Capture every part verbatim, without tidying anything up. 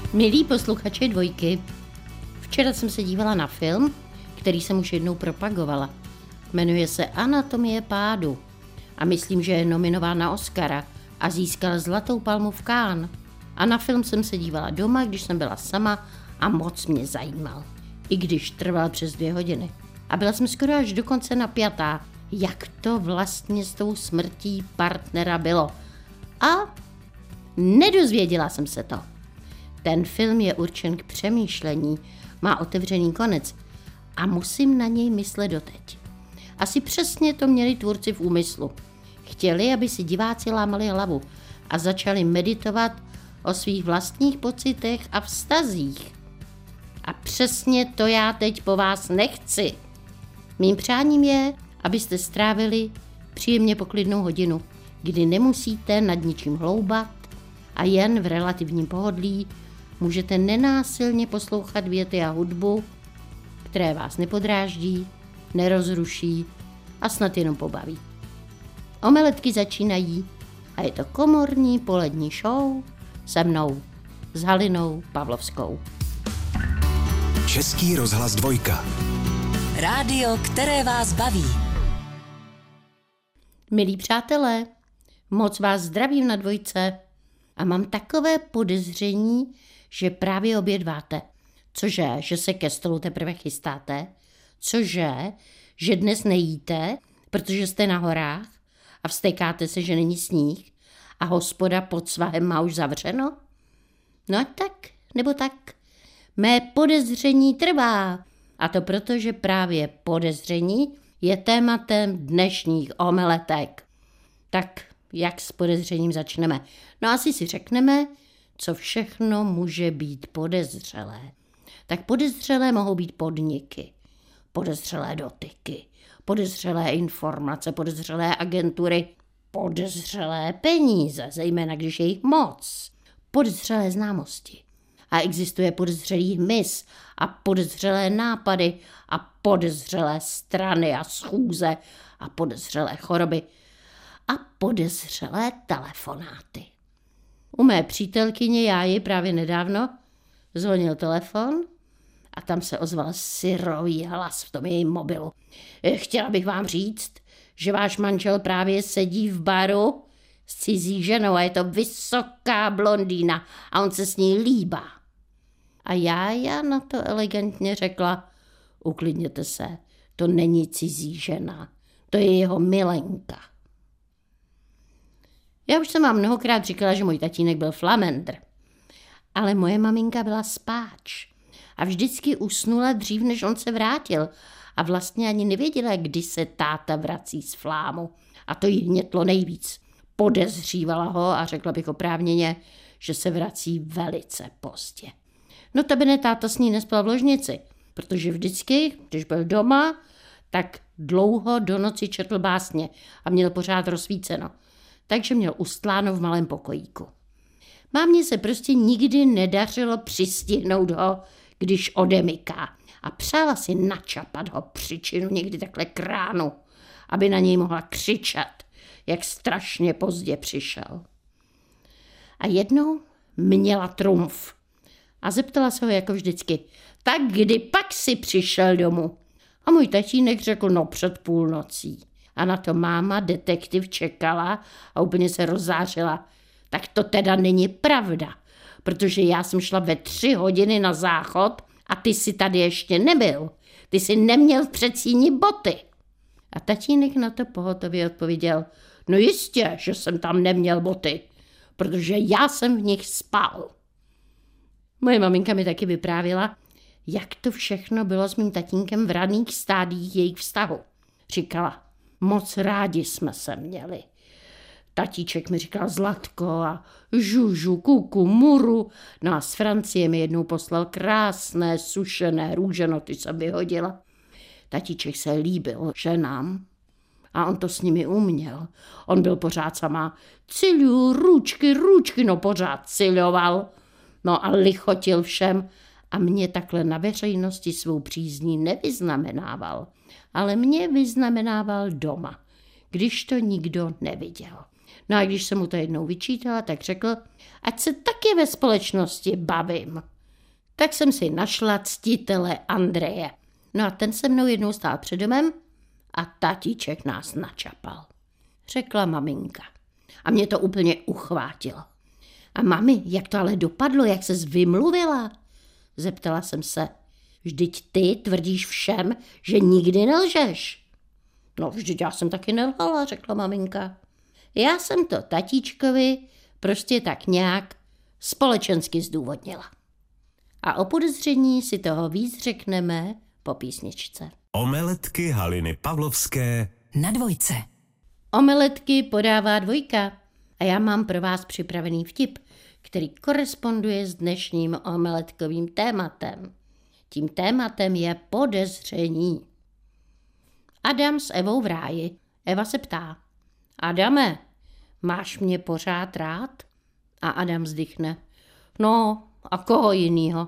Milí posluchači Dvojky, včera jsem se dívala na film, který jsem už jednou propagovala. Jmenuje se Anatomie pádu a myslím, že je nominován na Oscara a získal Zlatou palmu v Cannes. A na film jsem se dívala doma, když jsem byla sama a moc mě zajímal. I když trval přes dvě hodiny. A byla jsem skoro až dokonce napjatá, jak to vlastně s tou smrtí partnera bylo. A nedozvěděla jsem se to. Ten film je určen k přemýšlení, má otevřený konec a musím na něj myslet doteď. Asi přesně to měli tvůrci v úmyslu. Chtěli, aby si diváci lámali hlavu a začali meditovat o svých vlastních pocitech a vztazích. A přesně to já teď po vás nechci. Mým přáním je, abyste strávili příjemně poklidnou hodinu, kdy nemusíte nad ničím hloubat a jen v relativním pohodlí můžete nenásilně poslouchat věty a hudbu, které vás nepodráždí, nerozruší a snad jenom pobaví. Omeletky začínají a je to komorní polední show se mnou, s Halinou Pavlovskou. Český rozhlas Dvojka. Rádio, které vás baví. Milí přátelé, moc vás zdravím na Dvojce a mám takové podezření, že právě obědváte. Cože, že se ke stolu teprve chystáte? Cože, že dnes nejíte, protože jste na horách a vztekáte se, že není sníh a hospoda pod svahem má už zavřeno? No tak, nebo tak. Mé podezření trvá. A to proto, že právě podezření je tématem dnešních omeletek. Tak, jak s podezřením začneme? No asi si řekneme, co všechno může být podezřelé. Tak podezřelé mohou být podniky, podezřelé dotyky, podezřelé informace, podezřelé agentury, podezřelé peníze, zejména když je jich moc, podezřelé známosti. A existuje podezřelý hmyz a podezřelé nápady a podezřelé strany a schůze a podezřelé choroby a podezřelé telefonáty. U mé přítelkyně Jáji právě nedávno zvonil telefon a tam se ozval syrový hlas v tom jejím mobilu. Chtěla bych vám říct, že váš manžel právě sedí v baru s cizí ženou a je to vysoká blondýna a on se s ní líbá. A Jája na to elegantně řekla, uklidněte se, to není cizí žena, to je jeho milenka. Já už jsem vám mnohokrát říkala, že můj tatínek byl flamendr, ale moje maminka byla spáč a vždycky usnula dřív, než on se vrátil a vlastně ani nevěděla, kdy se táta vrací z flámu a to jí hnětlo nejvíc. Podezřívala ho a řekla bych oprávněně, že se vrací velice pozdě. No tabene táta s ní nespal v ložnici, protože vždycky, když byl doma, tak dlouho do noci četl básně a měl pořád rozsvíceno. Takže měl ustláno v malém pokojíku. Mámě se prostě nikdy nedařilo přistihnout ho, když odemyká a přála si načapat ho příčinu někdy takhle k ránu, aby na něj mohla křičet, jak strašně pozdě přišel. A jednou měla trumf a zeptala se ho jako vždycky, tak kdy pak si přišel domů? A můj tatínek řekl, no před půlnocí. A na to máma detektiv čekala a úplně se rozzářila. Tak to teda není pravda, protože já jsem šla ve tři hodiny na záchod a ty si tady ještě nebyl. Ty si neměl v předsíni boty. A tatínek na to pohotově odpověděl, no jistě, že jsem tam neměl boty, protože já jsem v nich spal. Moje maminka mi taky vyprávěla, jak to všechno bylo s mým tatínkem v raných stádiích jejich vztahu. Říkala, moc rádi jsme se měli. Tatíček mi říkal Zlatko a žužu, kuku, muru. No a z Francie mi jednou poslal krásné, sušené růženoty, jsem vyhodila. Tatíček se líbil ženám a on to s nimi uměl. On byl pořád sama cilu, ručky, ručky, no pořád ciloval. No a lichotil všem a mě takhle na veřejnosti svou přízní nevyznamenával, ale mě vyznamenával doma, když to nikdo neviděl. No a když jsem mu to jednou vyčítala, tak řekl, ať se taky ve společnosti bavím. Tak jsem si našla ctitele Andreje. No a ten se mnou jednou stál před domem a tatíček nás načapal, řekla maminka. A mě to úplně uchvátilo. A mami, jak to ale dopadlo, jak ses vymluvila? Zeptala jsem se. Vždyť ty tvrdíš všem, že nikdy nelžeš. No vždyť já jsem taky nelhala, řekla maminka. Já jsem to tatíčkovi prostě tak nějak společensky zdůvodnila. A o podezření si toho víc řekneme po písničce. Omeletky Haliny Pavlovské na Dvojce. Omeletky podává Dvojka a já mám pro vás připravený vtip, který koresponduje s dnešním omeletkovým tématem. Tím tématem je podezření. Adam s Evou v ráji. Eva se ptá. Adame, máš mě pořád rád? A Adam vzdychne. No, a koho jinýho?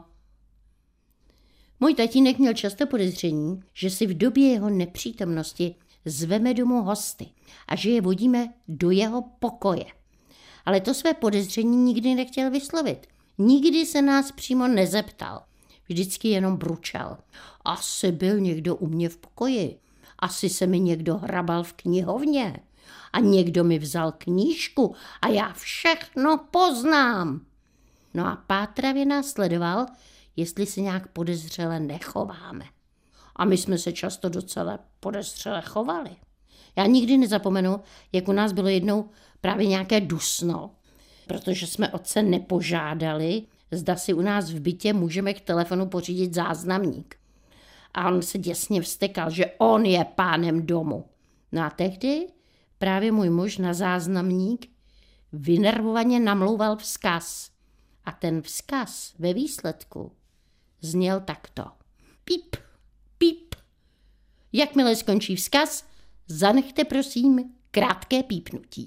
Můj tatínek měl často podezření, že si v době jeho nepřítomnosti zveme domů hosty a že je vodíme do jeho pokoje. Ale to své podezření nikdy nechtěl vyslovit. Nikdy se nás přímo nezeptal. Vždycky jenom bručel. Asi byl někdo u mě v pokoji. Asi se mi někdo hrabal v knihovně. A někdo mi vzal knížku a já všechno poznám. No a pátravě nás sledoval, jestli se nějak podezřele nechováme. A my jsme se často docela podezřele chovali. Já nikdy nezapomenu, jak u nás bylo jednou právě nějaké dusno, protože jsme otce nepožádali, zda si u nás v bytě můžeme k telefonu pořídit záznamník. A on se děsně vztekal, že on je pánem domu. No a tehdy právě můj muž na záznamník vynervovaně namlouval vzkaz. A ten vzkaz ve výsledku zněl takto. Píp, píp. Jakmile skončí vzkaz, zanechte prosím krátké pípnutí.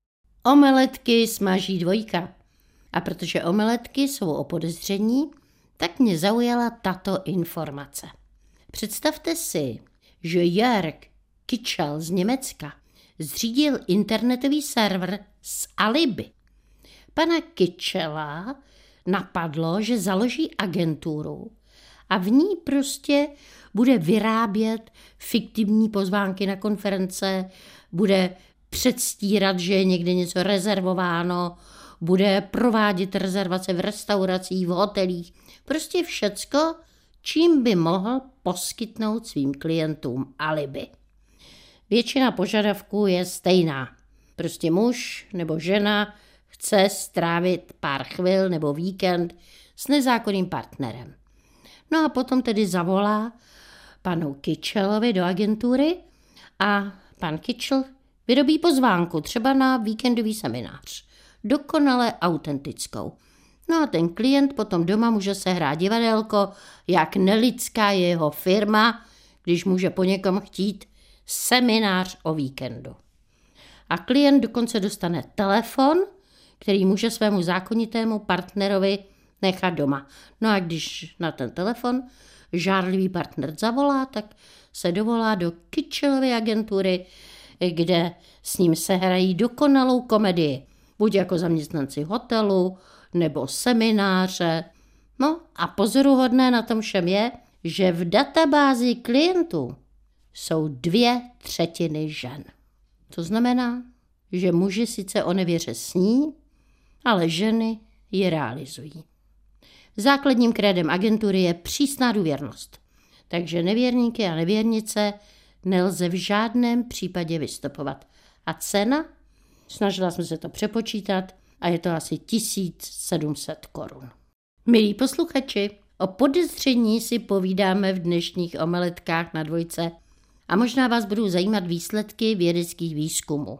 Omeletky smaží Dvojka. A protože omeletky jsou o podezření, tak mě zaujala tato informace. Představte si, že Jörg Kitschel z Německa zřídil internetový server s alibi. Pana Kitschela napadlo, že založí agenturu a v ní prostě bude vyrábět fiktivní pozvánky na konference, bude předstírat, že je někde něco rezervováno, bude provádět rezervace v restauracích, v hotelích, prostě všecko, čím by mohl poskytnout svým klientům alibi. Většina požadavků je stejná. Prostě muž nebo žena chce strávit pár chvil nebo víkend s nezákonným partnerem. No a potom tedy zavolá panu Kitschelovi do agentury a pan Kitschel vyrobí pozvánku třeba na víkendový seminář. Dokonale autentickou. No a ten klient potom doma může sehrát divadelko, jak nelidská je jeho firma, když může po někom chtít seminář o víkendu. A klient dokonce dostane telefon, který může svému zákonitému partnerovi nechat doma. No a když na ten telefon žárlivý partner zavolá, tak se dovolá do Kitschelovy agentury, kde s ním sehrají dokonalou komedii. Buď jako zaměstnanci hotelu, nebo semináře. No a pozoruhodné na tom všem je, že v databázi klientů jsou dvě třetiny žen. To znamená, že muži sice o nevěře sní, ale ženy ji realizují. Základním krédem agentury je přísná důvěrnost. Takže nevěrníky a nevěrnice nelze v žádném případě vystopovat. A cena? Snažila jsem se to přepočítat a je to asi tisíc sedm set korun. Milí posluchači, o podezření si povídáme v dnešních omeletkách na Dvojce a možná vás budou zajímat výsledky vědeckých výzkumů.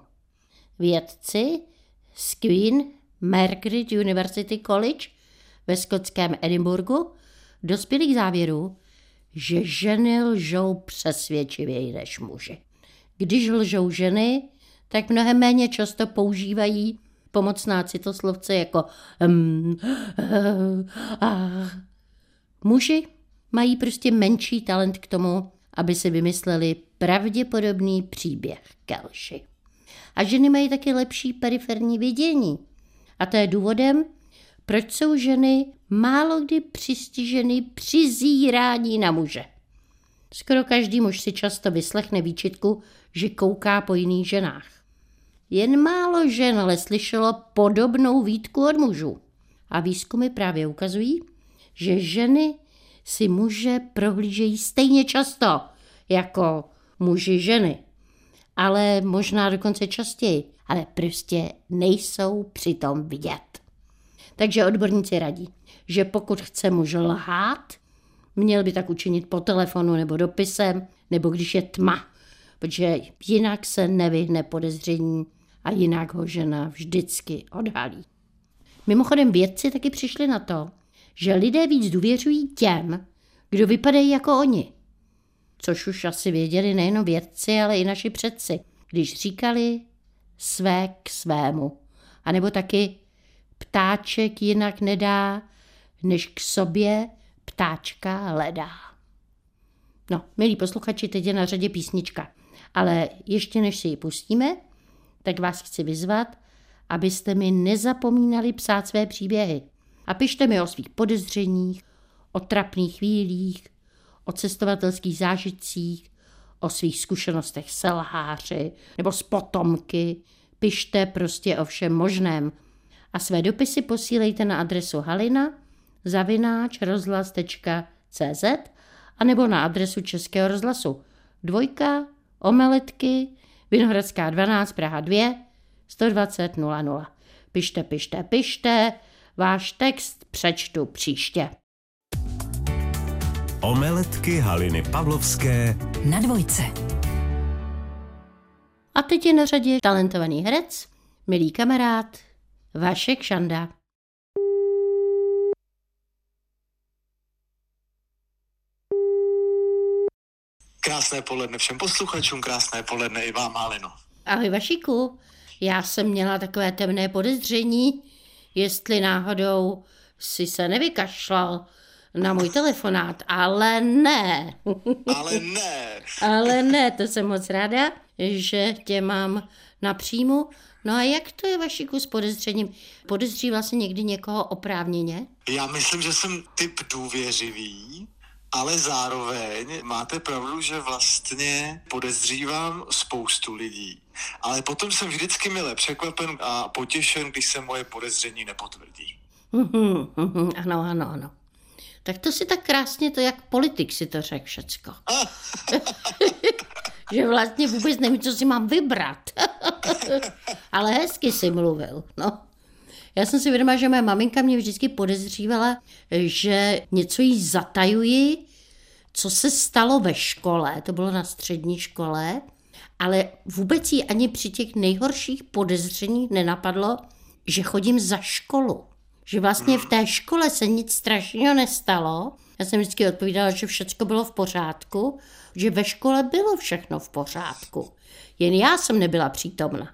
Vědci z Queen Margaret University College ve skotském Edinburghu dospěli k závěru, že ženy lžou přesvědčivěji než muži. Když lžou ženy, tak mnohem méně často používají pomocná citoslovce jako um, uh, uh. Muži mají prostě menší talent k tomu, aby si vymysleli pravděpodobný příběh ke lži. A ženy mají taky lepší periferní vidění. A to je důvodem, proč jsou ženy málo kdy přistiženy při zírání na muže. Skoro každý muž si často vyslechne výčitku, že kouká po jiných ženách. Jen málo žen ale slyšelo podobnou výtku od mužů. A výzkumy právě ukazují, že ženy si muže prohlížejí stejně často jako muži ženy. Ale možná dokonce častěji, ale prostě nejsou přitom vidět. Takže odborníci radí, že pokud chce muž lhát, měl by tak učinit po telefonu nebo dopisem, nebo když je tma, protože jinak se nevyhne podezření a jinak ho žena vždycky odhalí. Mimochodem vědci taky přišli na to, že lidé víc důvěřují těm, kdo vypadají jako oni. Což už asi věděli nejen vědci, ale i naši předci, když říkali své k svému. A nebo taky ptáček jinak nedá, než k sobě ptáčka hledá. No, milí posluchači, teď je na řadě písnička. Ale ještě než si ji pustíme, tak vás chci vyzvat, abyste mi nezapomínali psát své příběhy. A pište mi o svých podezřeních, o trapných chvílích, o cestovatelských zážitcích, o svých zkušenostech s lháři nebo s potomky. Pište prostě o všem možném. A své dopisy posílejte na adresu halina zavináč rozhlas tečka cé zet a nebo na adresu Českého rozhlasu dvojka, Omeletky, Vinohradská dvanáct, Praha dva, sto dvacet nula nula. Pište, pište, pište, váš text přečtu příště. Omeletky Haliny Pavlovské na dvojce. A teď je na řadě talentovaný herec, milý kamarád, Vašek Šanda. Krásné poledne všem posluchačům, krásné poledne i vám, Halino. Ahoj Vašiku, já jsem měla takové temné podezření, jestli náhodou si se nevykašlal na můj telefonát, ale ne. Ale ne. Ale ne, to jsem moc ráda, že tě mám na příjmu. No a jak to je, Vašiku, s podezřením? Podezří vlastně někdy někoho oprávněně? Já myslím, že jsem typ důvěřivý, ale zároveň máte pravdu, že vlastně podezřívám spoustu lidí. Ale potom jsem vždycky mile překvapen a potěšen, když se moje podezření nepotvrdí. Uhum, uhum, ano, ano, ano. Tak to si tak krásně, to jak politik si to řekl všecko. Že vlastně vůbec nevím, co si mám vybrat. Ale hezky si mluvil, no. Já jsem si vědomá, že moje maminka mě vždycky podezřívala, že něco jí zatajuji, co se stalo ve škole, to bylo na střední škole, ale vůbec jí ani při těch nejhorších podezřeních nenapadlo, že chodím za školu. Že vlastně v té škole se nic strašného nestalo. Já jsem vždycky odpovídala, že všechno bylo v pořádku, že ve škole bylo všechno v pořádku. Jen já jsem nebyla přítomna.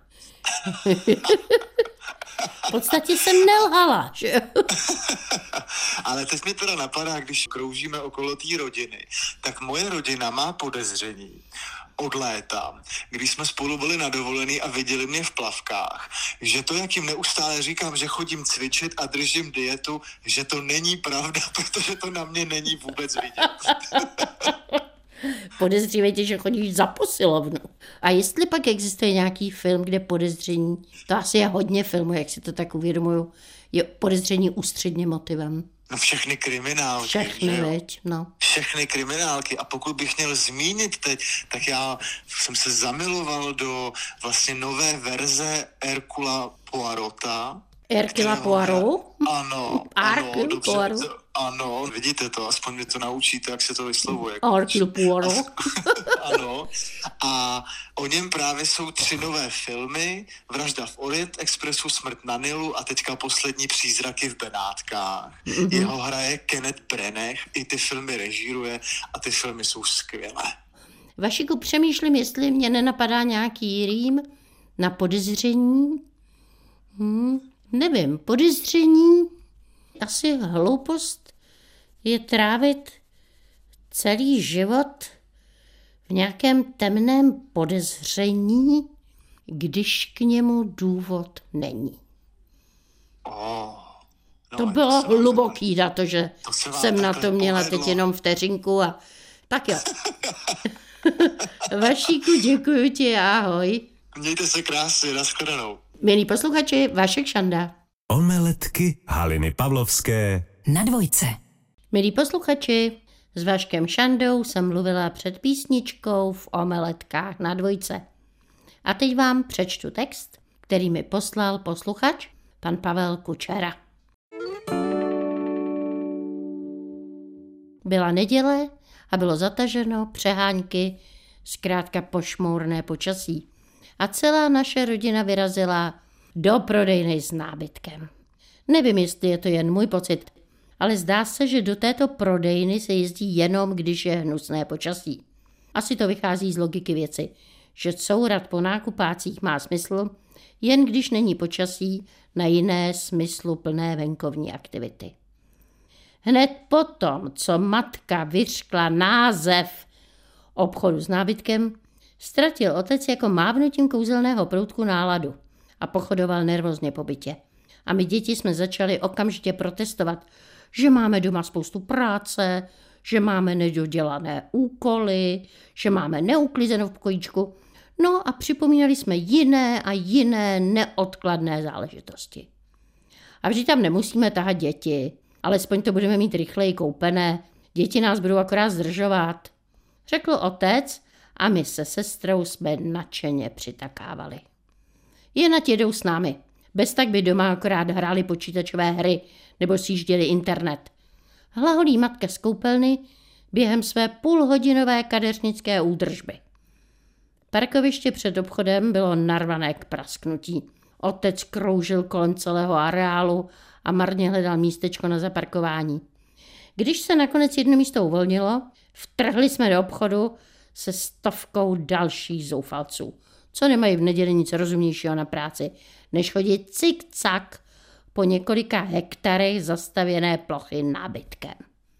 V podstatě jsem nelhala, že? Ale teď mi teda napadá, když kroužíme okolo té rodiny, tak moje rodina má podezření od léta, když jsme spolu byli na dovolený a viděli mě v plavkách, že to, jak jim neustále říkám, že chodím cvičit a držím dietu, že to není pravda, protože to na mě není vůbec vidět. Podezřívejte, že chodíš za posilovnu. A jestli pak existuje nějaký film, kde podezření, to asi je hodně filmů, jak si to tak uvědomuju, je podezření ústředním motivem. No všechny kriminálky. Všechny, veď, no. Všechny kriminálky. A pokud bych měl zmínit teď, tak já jsem se zamiloval do vlastně nové verze Hercula Poirota. Hercula Poirot? Ano, ano, dobře. Ano, vidíte to, aspoň mě to naučíte, jak se to vyslovuje. Hercule Poirot. Ano. A o něm právě jsou tři nové filmy. Vražda v Orient Expressu, Smrt na Nilu a teďka poslední Přízraky v Benátkách. Mm-hmm. Jeho hraje Kenneth Branagh, i ty filmy režíruje a ty filmy jsou skvělé. Vašiku, přemýšlím, jestli mě nenapadá nějaký rým na podezření. Hm, nevím, podezření, asi hloupost je trávit celý život v nějakém temném podezření. když k němu důvod není. Oh, no, to bylo to hluboký na to, že to jsem na to měla povedlo. Teď jenom vteřinku a tak jo. Vašíku, děkuji ti, ahoj. Mějte se krásně, nashledanou. Milí posluchači, Vašek Šanda. Omeletky Haliny Pavlovské na Dvojce. Milí posluchači, s Vaškem Šandou jsem mluvila před písničkou v Omeletkách na Dvojce. A teď vám přečtu text, který mi poslal posluchač, pan Pavel Kučera. Byla neděle a bylo zataženo, přehánky, zkrátka pošmourné počasí. A celá naše rodina vyrazila do prodejny s nábytkem. Nevím, jestli je to jen můj pocit, ale zdá se, že do této prodejny se jezdí jenom, když je hnusné počasí. Asi to vychází z logiky věci, že courat po nákupácích má smysl, jen když není počasí na jiné smysluplné venkovní aktivity. Hned potom, co matka vyřkla název obchodu s nábytkem, ztratil otec jako mávnutím kouzelného proutku náladu a pochodoval nervózně po bytě. A my děti jsme začali okamžitě protestovat, že máme doma spoustu práce, že máme nedodělané úkoly, že máme neuklizeno v pokojíčku. No a připomínali jsme jiné a jiné neodkladné záležitosti. A vždy tam nemusíme tahat děti, alespoň to budeme mít rychleji koupené. Děti nás budou akorát zdržovat, řekl otec a my se sestrou jsme nadšeně přitakávali. Jen ať jedou s námi. Bez tak by doma akorát hráli počítačové hry nebo sjížděli internet. Hlaholí matka z koupelny během své půlhodinové kadeřnické údržby. Parkoviště před obchodem bylo narvané k prasknutí. Otec kroužil kolem celého areálu a marně hledal místečko na zaparkování. Když se nakonec jedno místo uvolnilo, vtrhli jsme do obchodu se stovkou dalších zoufalců, co nemají v neděli nic rozumnějšího na práci, než chodit cik-cak po několika hektarech zastavěné plochy nábytkem.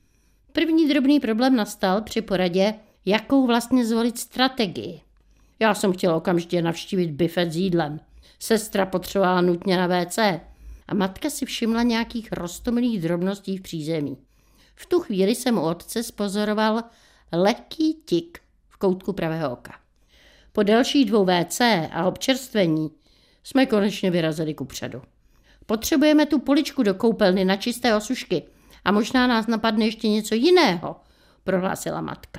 První drobný problém nastal při poradě, jakou vlastně zvolit strategii. Já jsem chtěla okamžitě navštívit bufet s jídlem. Sestra potřebovala nutně na vé cé a matka si všimla nějakých roztomilých drobností v přízemí. V tu chvíli jsem u otce spozoroval lehký tik v koutku pravého oka. Po dalších dvou vé cé a občerstvení jsme konečně vyrazili kupředu. Potřebujeme tu poličku do koupelny na čisté osušky a možná nás napadne ještě něco jiného, prohlásila matka.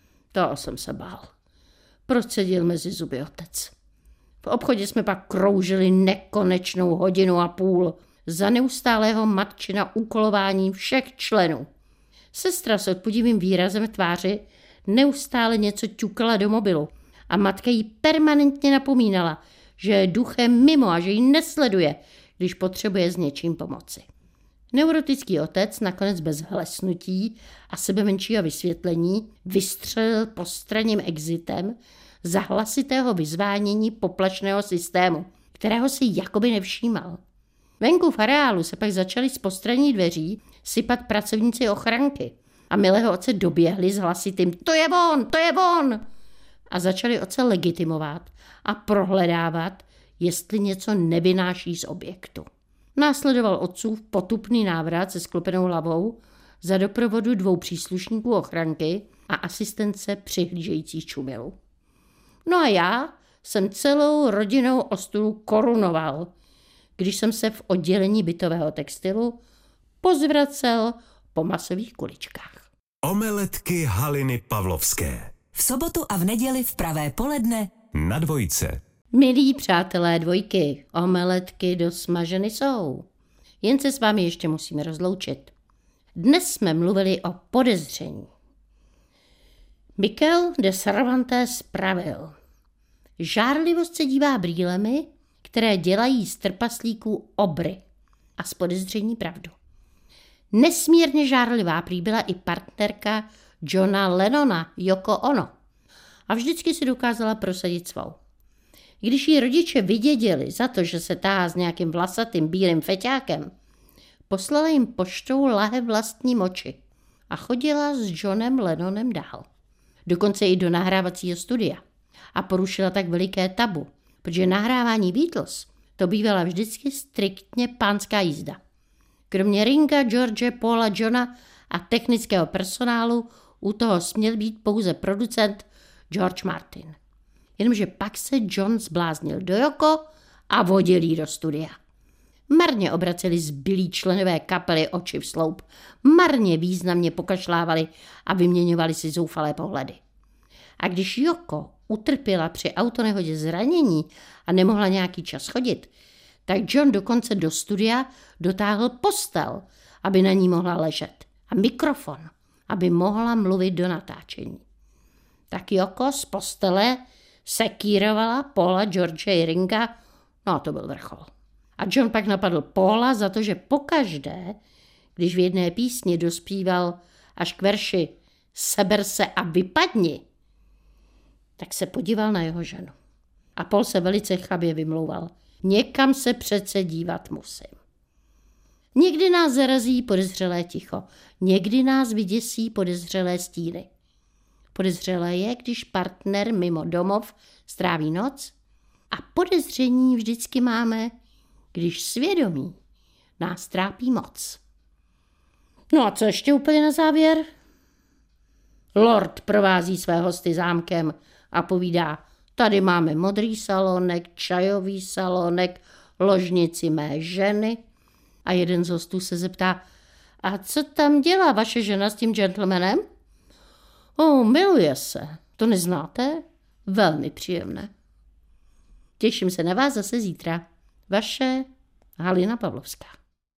To jsem se bál. Procedil mezi zuby otec. V obchodě jsme pak kroužili nekonečnou hodinu a půl za neustálého matčina úkolování všech členů. Sestra s odpudivým výrazem v tváři neustále něco ťukala do mobilu a matka jí permanentně napomínala, že je duchem mimo a že ji nesleduje, když potřebuje s něčím pomoci. Neurotický otec nakonec bez hlesnutí a sebemenšího vysvětlení vystřelil postranním exitem za hlasitého vyzvánění poplašného systému, kterého si jakoby nevšímal. Venku v areálu se pak začali z postranní dveří sypat pracovníci ochranky a milého otce doběhli s hlasitým "To je on, to je on!" a začali otce legitimovat a prohledávat, jestli něco nevynáší z objektu. Následoval otcův potupný návrat se sklopenou hlavou za doprovodu dvou příslušníků ochranky a asistence přihlížejících čumělů. No a já jsem celou rodinou ostudu korunoval, když jsem se v oddělení bytového textilu pozvracel po masových kuličkách. Omeletky Haliny Pavlovské. V sobotu a v neděli v pravé poledne na Dvojce. Milí přátelé Dvojky, omeletky dosmaženy jsou. Jen se s vámi ještě musíme rozloučit. Dnes jsme mluvili o podezření. Michel de Cervantes pravil: žárlivost se dívá brýlemi, které dělají z trpaslíků obry a z podezření pravdu. Nesmírně žárlivá prý byla i partnerka Johna Lennona, Yoko Ono. A vždycky si dokázala prosadit svou. Když jí rodiče vyděděli za to, že se táhá s nějakým vlasatým bílým feťákem, poslala jim poštou lahev vlastní moči a chodila s Johnem Lennonem dál. Dokonce i do nahrávacího studia. A porušila tak veliké tabu, protože nahrávání Beatles to bývala vždycky striktně pánská jízda. Kromě Ringa, George, Paula, Johna a technického personálu u toho směl být pouze producent George Martin. Jenomže pak se John zbláznil do Yoko a vodil jí do studia. Marně obraceli zbylí členové kapely oči v sloup, marně významně pokašlávali a vyměňovali si zoufalé pohledy. A když Yoko utrpěla při autonehodě zranění a nemohla nějaký čas chodit, tak John dokonce do studia dotáhl postel, aby na ní mohla ležet, a mikrofon, aby mohla mluvit do natáčení. Tak Yoko z postele sekírovala Paula, George i Ringa, no a to byl vrchol. A John pak napadl Paula za to, že pokaždé, když v jedné písni dospíval až k verši Seber se a vypadni, tak se podíval na jeho ženu. A Paul se velice chabě vymlouval. Někam se přece dívat musím. Někdy nás zarazí podezřelé ticho, někdy nás vyděsí podezřelé stíny. Podezřelé je, když partner mimo domov stráví noc, a podezření vždycky máme, když svědomí nás trápí moc. No a co ještě úplně na závěr? Lord provází své hosty zámkem a povídá: tady máme modrý salonek, čajový salonek, ložnici mé ženy. A jeden z hostů se zeptá: a co tam dělá vaše žena s tím gentlemanem? Oh, miluje se. To neznáte? Velmi příjemné. Těším se na vás zase zítra. Vaše Halina Pavlovská.